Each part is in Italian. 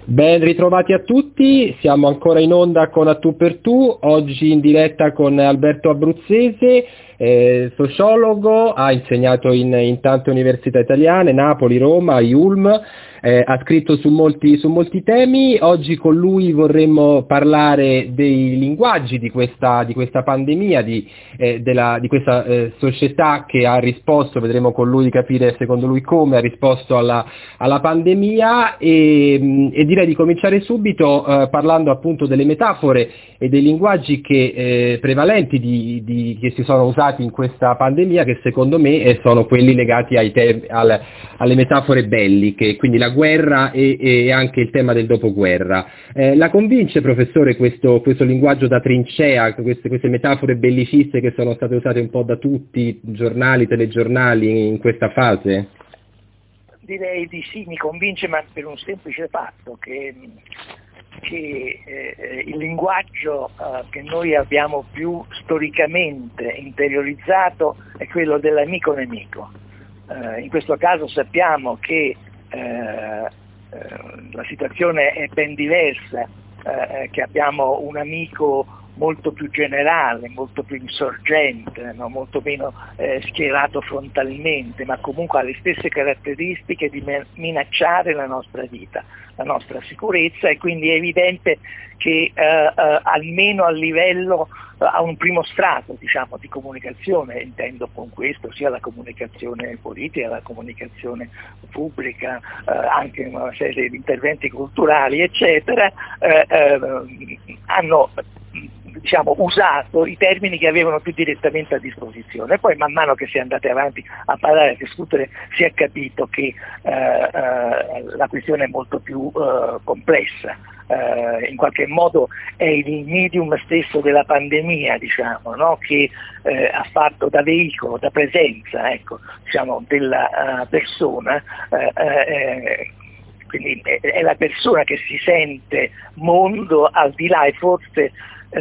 Ben ritrovati a tutti, siamo ancora in onda con A Tu per Tu, oggi in diretta con Alberto Abruzzese, sociologo, ha insegnato in tante università italiane, Napoli, Roma, Ulm, ha scritto su molti temi. Oggi con lui vorremmo parlare dei linguaggi di questa pandemia, di questa società che ha risposto, vedremo con lui capire secondo lui come ha risposto alla pandemia, e direi di cominciare subito parlando appunto delle metafore e dei linguaggi prevalenti che si sono usati in questa pandemia, che secondo me sono quelli legati alle metafore belliche, quindi la guerra e anche il tema del dopoguerra. La convince, professore, questo linguaggio da trincea, queste metafore belliciste che sono state usate un po' da tutti, giornali, telegiornali, in questa fase? Direi di sì, mi convince, ma per un semplice fatto che il linguaggio che noi abbiamo più storicamente interiorizzato è quello dell'amico-nemico. In questo caso sappiamo che la situazione è ben diversa, che abbiamo un amico molto più generale, molto più insorgente, no? Molto meno schierato frontalmente, ma comunque ha le stesse caratteristiche di minacciare la nostra vita, la nostra sicurezza, e quindi è evidente che almeno a livello, a un primo strato, diciamo, di comunicazione, intendo con questo sia la comunicazione politica, la comunicazione pubblica, anche una serie di interventi culturali, eccetera, hanno usato i termini che avevano più direttamente a disposizione. Poi man mano che si è andati avanti a parlare, a discutere, si è capito che la questione è molto più complessa. In qualche modo è il medium stesso della pandemia, diciamo, no? Che ha fatto da veicolo, da presenza, ecco, diciamo, della persona. Quindi è la persona che si sente mondo al di là, e forse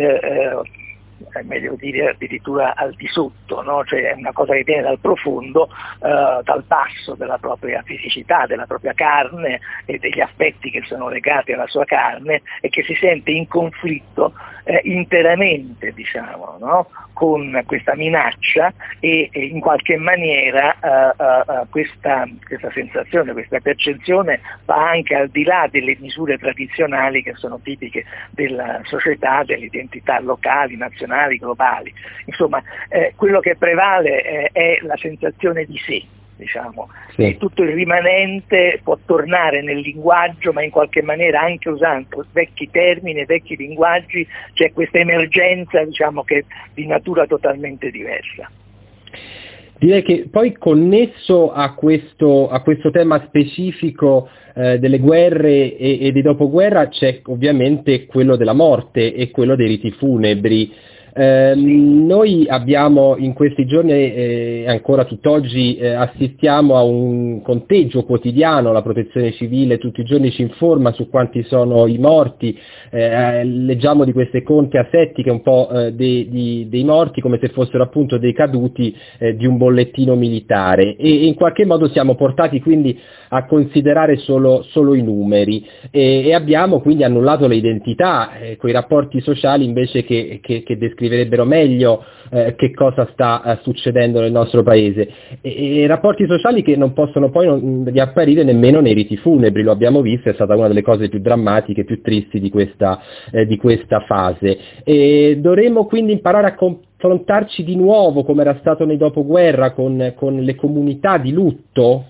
è meglio dire addirittura al di sotto, no? Cioè è una cosa che viene dal profondo, dal basso della propria fisicità, della propria carne e degli aspetti che sono legati alla sua carne, e che si sente in conflitto interamente, diciamo, no? Con questa minaccia, e in qualche maniera questa sensazione, questa percezione va anche al di là delle misure tradizionali che sono tipiche della società, delle identità locali, nazionali, globali. Insomma, quello che prevale è la sensazione di sé, diciamo, sì. E tutto il rimanente può tornare nel linguaggio, ma in qualche maniera anche usando vecchi termini, vecchi linguaggi, c'è questa emergenza, diciamo, che è di natura totalmente diversa. Direi che poi, connesso a questo tema specifico delle guerre e di dopoguerra, c'è ovviamente quello della morte e quello dei riti funebri. Noi abbiamo in questi giorni, ancora tutt'oggi, assistiamo a un conteggio quotidiano. La Protezione Civile tutti i giorni ci informa su quanti sono i morti, leggiamo di queste conte asettiche un po' dei morti, come se fossero appunto dei caduti di un bollettino militare, e in qualche modo siamo portati quindi a considerare solo i numeri, e abbiamo quindi annullato le identità, quei rapporti sociali invece che descriverebbero meglio che cosa sta succedendo nel nostro paese, e rapporti sociali che non possono poi riapparire nemmeno nei riti funebri. Lo abbiamo visto, è stata una delle cose più drammatiche, più tristi di questa fase, e dovremmo quindi imparare a confrontarci di nuovo, come era stato nei dopoguerra, con le comunità di lutto.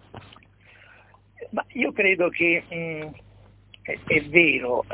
Ma io credo che è vero,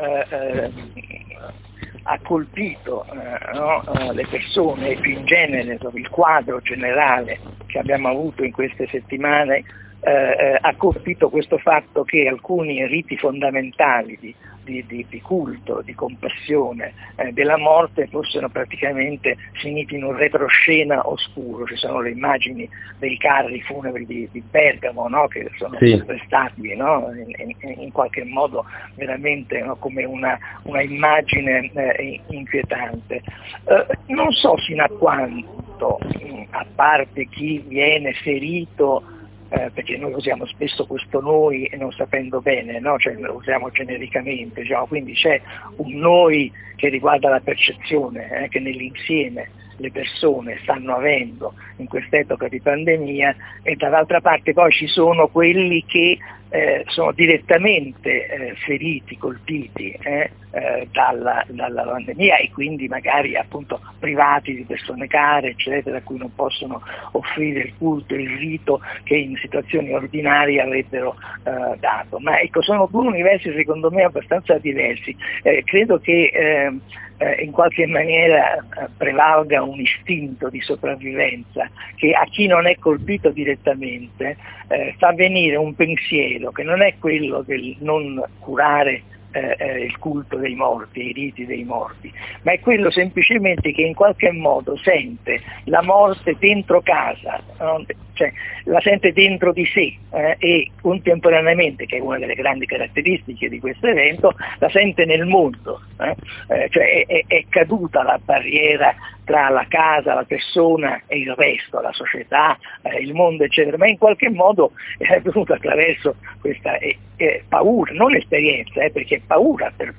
ha colpito le persone, e più in genere il quadro generale che abbiamo avuto in queste settimane, ha colpito questo fatto che alcuni riti fondamentali di culto, di compassione della morte fossero praticamente finiti in un retroscena oscuro. Ci sono le immagini dei carri funebri di Bergamo, no? Che sono restati, no? in qualche modo veramente, no? Come una immagine inquietante. Non so fino a quanto, a parte chi viene ferito perché noi usiamo spesso questo noi e non sapendo bene, no? Cioè, lo usiamo genericamente, diciamo, quindi c'è un noi che riguarda la percezione, che nell'insieme le persone stanno avendo in quest'epoca di pandemia, e dall'altra parte poi ci sono quelli che sono direttamente feriti, colpiti dalla pandemia, e quindi magari appunto privati di persone care, eccetera, a cui non possono offrire il culto, il rito che in situazioni ordinarie avrebbero dato. Ma ecco, sono due universi secondo me abbastanza diversi. Credo che in qualche maniera prevalga un istinto di sopravvivenza che a chi non è colpito direttamente fa venire un pensiero che non è quello del non curare il culto dei morti, i riti dei morti, ma è quello semplicemente che in qualche modo sente la morte dentro casa, no? Cioè la sente dentro di sé e contemporaneamente, che è una delle grandi caratteristiche di questo evento, la sente nel mondo, cioè è caduta la barriera tra la casa, la persona e il resto, la società, il mondo, eccetera, ma in qualche modo è venuto attraverso questa paura, non esperienza, perché è paura per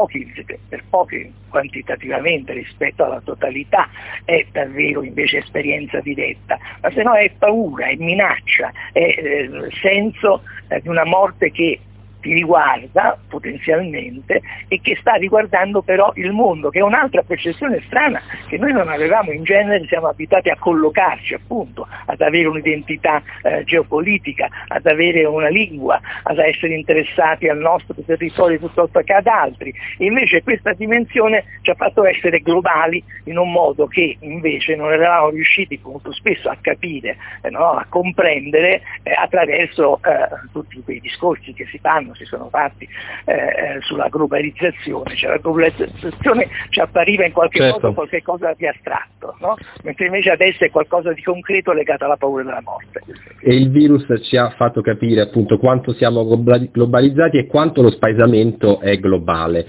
pochi quantitativamente rispetto alla totalità, è davvero invece esperienza diretta, ma se no è paura, è minaccia, è senso di una morte che ti riguarda potenzialmente e che sta riguardando però il mondo, che è un'altra percezione strana che noi non avevamo. In genere siamo abituati a collocarci, appunto, ad avere un'identità geopolitica, ad avere una lingua, ad essere interessati al nostro territorio piuttosto che ad altri, e invece questa dimensione ci ha fatto essere globali in un modo che invece non eravamo riusciti molto spesso a capire, a comprendere attraverso tutti quei discorsi che si sono fatti sulla globalizzazione. Cioè, la globalizzazione ci appariva in qualche modo qualcosa di astratto, no? Mentre invece adesso è qualcosa di concreto legato alla paura della morte. E il virus ci ha fatto capire appunto quanto siamo globalizzati e quanto lo spaesamento è globale.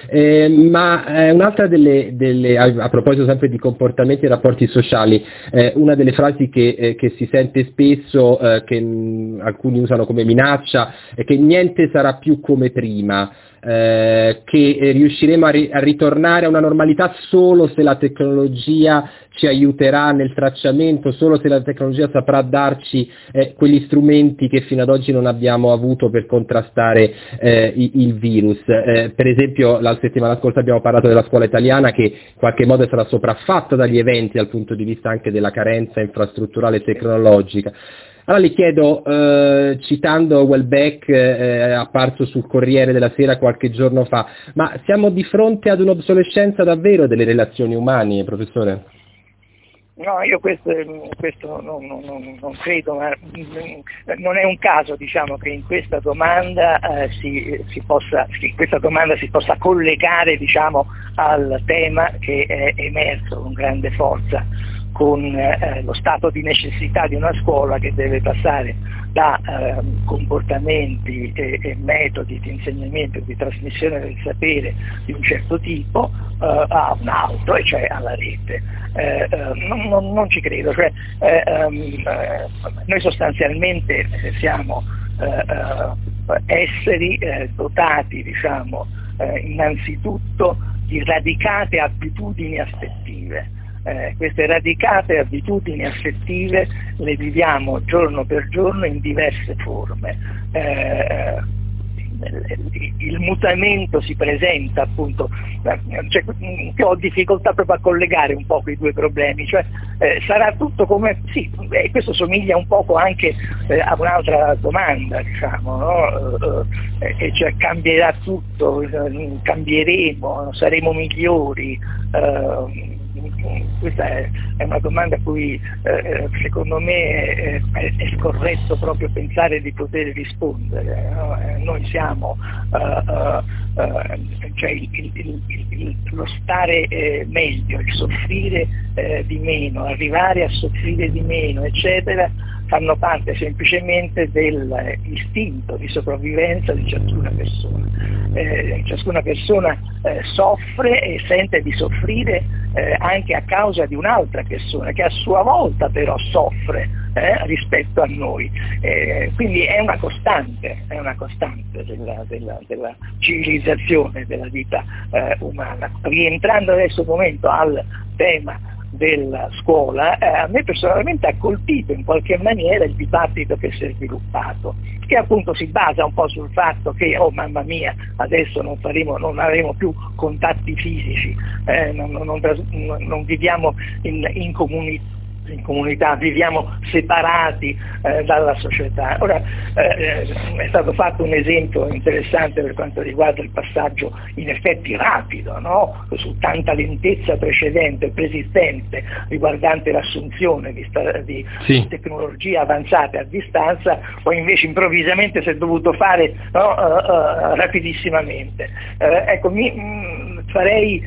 Ma un'altra delle a proposito sempre di comportamenti e rapporti sociali, una delle frasi che si sente spesso, che alcuni usano come minaccia, è che niente sarà più come prima, che riusciremo a ritornare a una normalità solo se la tecnologia ci aiuterà nel tracciamento, solo se la tecnologia saprà darci quegli strumenti che fino ad oggi non abbiamo avuto per contrastare il virus. Per esempio la settimana scorsa abbiamo parlato della scuola italiana, che in qualche modo è stata sopraffatta dagli eventi dal punto di vista anche della carenza infrastrutturale e tecnologica. Allora le chiedo, citando Welbeck, apparso sul Corriere della Sera qualche giorno fa, ma siamo di fronte ad un'obsolescenza davvero delle relazioni umane, professore? No, io questo non credo, ma non è un caso, diciamo, che in questa domanda si possa collegare, diciamo, al tema che è emerso con grande forza con lo stato di necessità di una scuola che deve passare da comportamenti e metodi di insegnamento e di trasmissione del sapere di un certo tipo a un altro, e cioè alla rete. Non ci credo, cioè, noi sostanzialmente siamo esseri dotati, diciamo, innanzitutto di radicate abitudini affettive. Queste radicate abitudini affettive le viviamo giorno per giorno in diverse forme. Il mutamento si presenta, appunto, cioè, ho difficoltà proprio a collegare un po' quei due problemi, cioè sarà tutto come, sì, questo somiglia un poco anche a un'altra domanda, diciamo, no? E cioè cambierà tutto, cambieremo, saremo migliori. Questa è una domanda a cui secondo me è scorretto proprio pensare di poter rispondere, no? Noi siamo cioè lo stare meglio, il soffrire di meno, arrivare a soffrire di meno, eccetera, fanno parte semplicemente dell'istinto di sopravvivenza di ciascuna persona. Ciascuna persona soffre e sente di soffrire anche a causa di un'altra persona, che a sua volta però soffre rispetto a noi. Quindi è una costante della civilizzazione della vita umana. Rientrando adesso un momento al tema della scuola, a me personalmente ha colpito in qualche maniera il dibattito che si è sviluppato, che appunto si basa un po' sul fatto che, oh mamma mia, adesso non avremo più contatti fisici, non viviamo in comunità, viviamo separati dalla società. Ora è stato fatto un esempio interessante per quanto riguarda il passaggio in effetti rapido, no? Su tanta lentezza precedente, preesistente, riguardante l'assunzione di tecnologie avanzate a distanza, poi invece improvvisamente si è dovuto fare, no? Rapidissimamente. Ecco, farei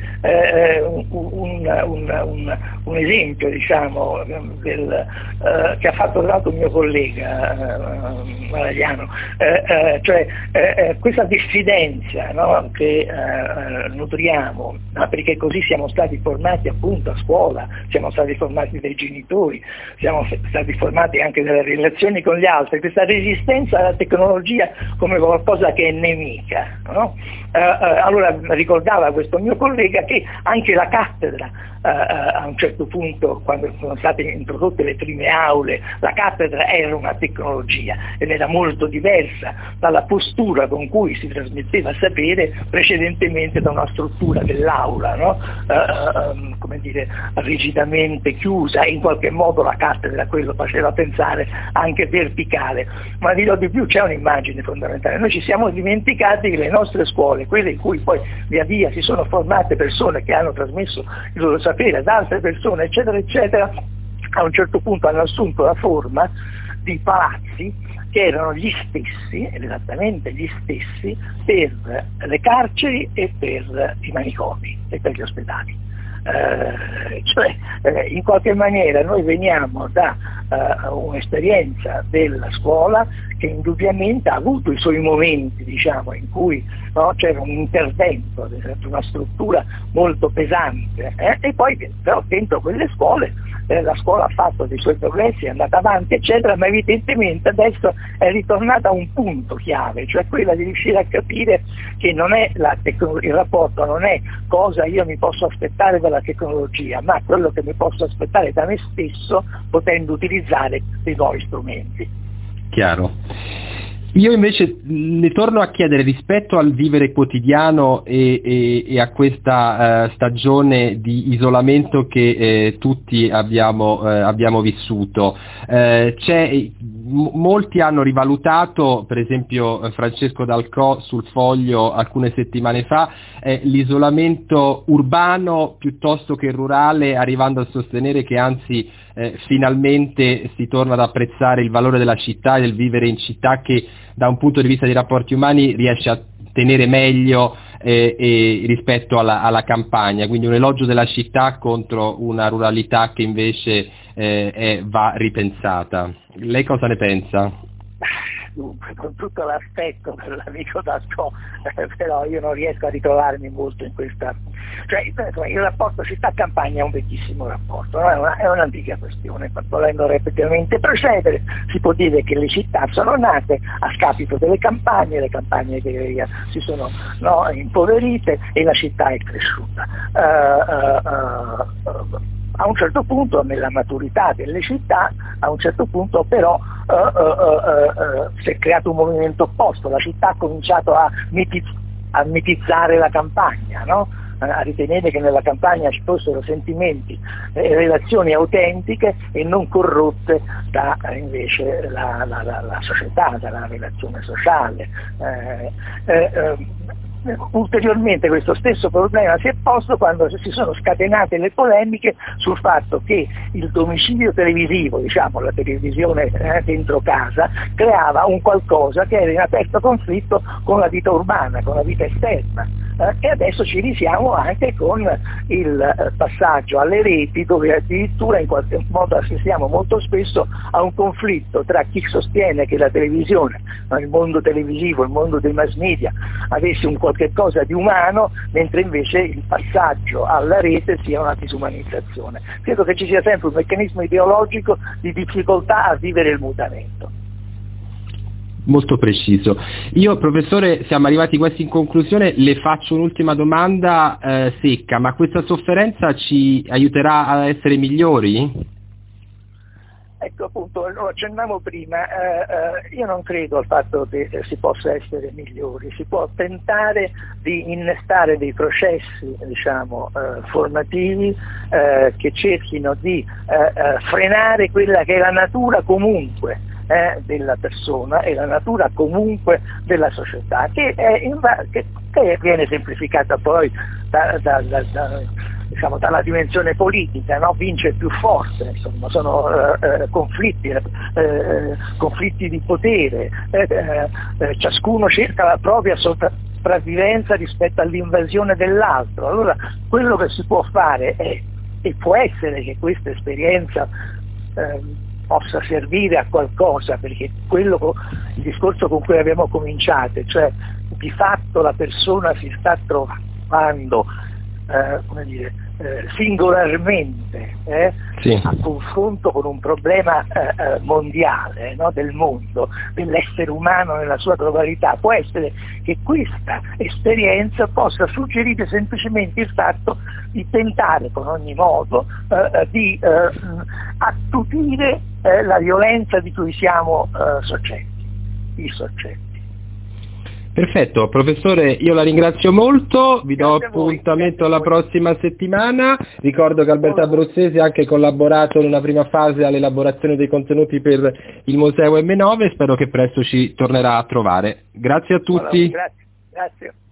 un esempio, diciamo, che ha fatto tra l'altro un mio collega Maragliano, cioè questa diffidenza, no, che nutriamo, perché così siamo stati formati appunto a scuola, siamo stati formati dai genitori, siamo stati formati anche dalle relazioni con gli altri, questa resistenza alla tecnologia come qualcosa che è nemica, no? Allora ricordava questo mio collega che anche la cattedra a un certo punto, quando sono state introdotte le prime aule, la cattedra era una tecnologia ed era molto diversa dalla postura con cui si trasmetteva sapere precedentemente da una struttura dell'aula, no? Come dire, rigidamente chiusa. In qualche modo la cattedra quello faceva pensare anche verticale, ma dirò di più, c'è un'immagine fondamentale. Noi ci siamo dimenticati che le nostre scuole, quelle in cui poi via via si sono formate persone che hanno trasmesso il loro sapere ad altre persone, eccetera eccetera, a un certo punto hanno assunto la forma di palazzi che erano gli stessi, esattamente gli stessi, per le carceri e per i manicomi e per gli ospedali. In qualche maniera noi veniamo da un'esperienza della scuola che indubbiamente ha avuto i suoi momenti, diciamo, in cui, no, c'era un intervento, una struttura molto pesante, e poi però dentro quelle scuole la scuola ha fatto dei suoi progressi, è andata avanti eccetera, ma evidentemente adesso è ritornata a un punto chiave, cioè quella di riuscire a capire che non è il rapporto non è cosa io mi posso aspettare dalla tecnologia, ma quello che mi posso aspettare da me stesso potendo utilizzare dei nuovi strumenti. Chiaro. Io invece le torno a chiedere, rispetto al vivere quotidiano e a questa stagione di isolamento che tutti abbiamo vissuto, molti hanno rivalutato, per esempio Francesco Dalcò sul Foglio alcune settimane fa, l'isolamento urbano piuttosto che rurale, arrivando a sostenere che anzi finalmente si torna ad apprezzare il valore della città e del vivere in città, che da un punto di vista dei rapporti umani riesce a tenere meglio rispetto alla campagna, quindi un elogio della città contro una ruralità che invece va ripensata. Lei cosa ne pensa? Dunque, con tutto l'aspetto dell'amico Dalcò, però io non riesco a ritrovarmi molto in questa, cioè il rapporto città-campagna è un vecchissimo rapporto, no? È un'antica questione, volendo repettivamente procedere si può dire che le città sono nate a scapito delle campagne, le campagne che si sono, no, impoverite e la città è cresciuta. A un certo punto, nella maturità delle città, a un certo punto però si è creato un movimento opposto, la città ha cominciato a mitizzare la campagna, no? A ritenere che nella campagna ci fossero sentimenti e relazioni autentiche e non corrotte da invece la società, dalla relazione sociale. Ulteriormente questo stesso problema si è posto quando si sono scatenate le polemiche sul fatto che il domicilio televisivo, diciamo la televisione dentro casa, creava un qualcosa che era in aperto conflitto con la vita urbana, con la vita esterna. e adesso ci risiamo anche con il passaggio alle reti, dove addirittura in qualche modo assistiamo molto spesso a un conflitto tra chi sostiene che la televisione, il mondo televisivo, il mondo dei mass media avesse un qualche cosa di umano, mentre invece il passaggio alla rete sia una disumanizzazione. Credo che ci sia sempre un meccanismo ideologico di difficoltà a vivere il mutamento. Molto preciso. Io, professore, siamo arrivati quasi in conclusione, le faccio un'ultima domanda secca, ma questa sofferenza ci aiuterà a essere migliori? Ecco, appunto, lo accennavo prima, io non credo al fatto che si possa essere migliori, si può tentare di innestare dei processi, diciamo, formativi che cerchino di frenare quella che è la natura comunque della persona e la natura comunque della società, che viene semplificata poi diciamo, dalla dimensione politica, no? Vince il più forte, insomma, sono conflitti di potere, ciascuno cerca la propria sopravvivenza rispetto all'invasione dell'altro. Allora quello che si può fare è, e può essere che questa esperienza possa servire a qualcosa, perché il discorso con cui abbiamo cominciato, cioè di fatto la persona si sta trovando singolarmente sì, a confronto con un problema mondiale, no, del mondo, dell'essere umano nella sua globalità. Può essere che questa esperienza possa suggerire semplicemente il fatto di tentare con ogni modo di attutire la violenza di cui siamo i soggetti. Perfetto, professore, io la ringrazio molto, vi do appuntamento alla prossima settimana. Ricordo che Alberto Abruzzesi ha anche collaborato in una prima fase all'elaborazione dei contenuti per il Museo M9, spero che presto ci tornerà a trovare. Grazie a tutti. Grazie.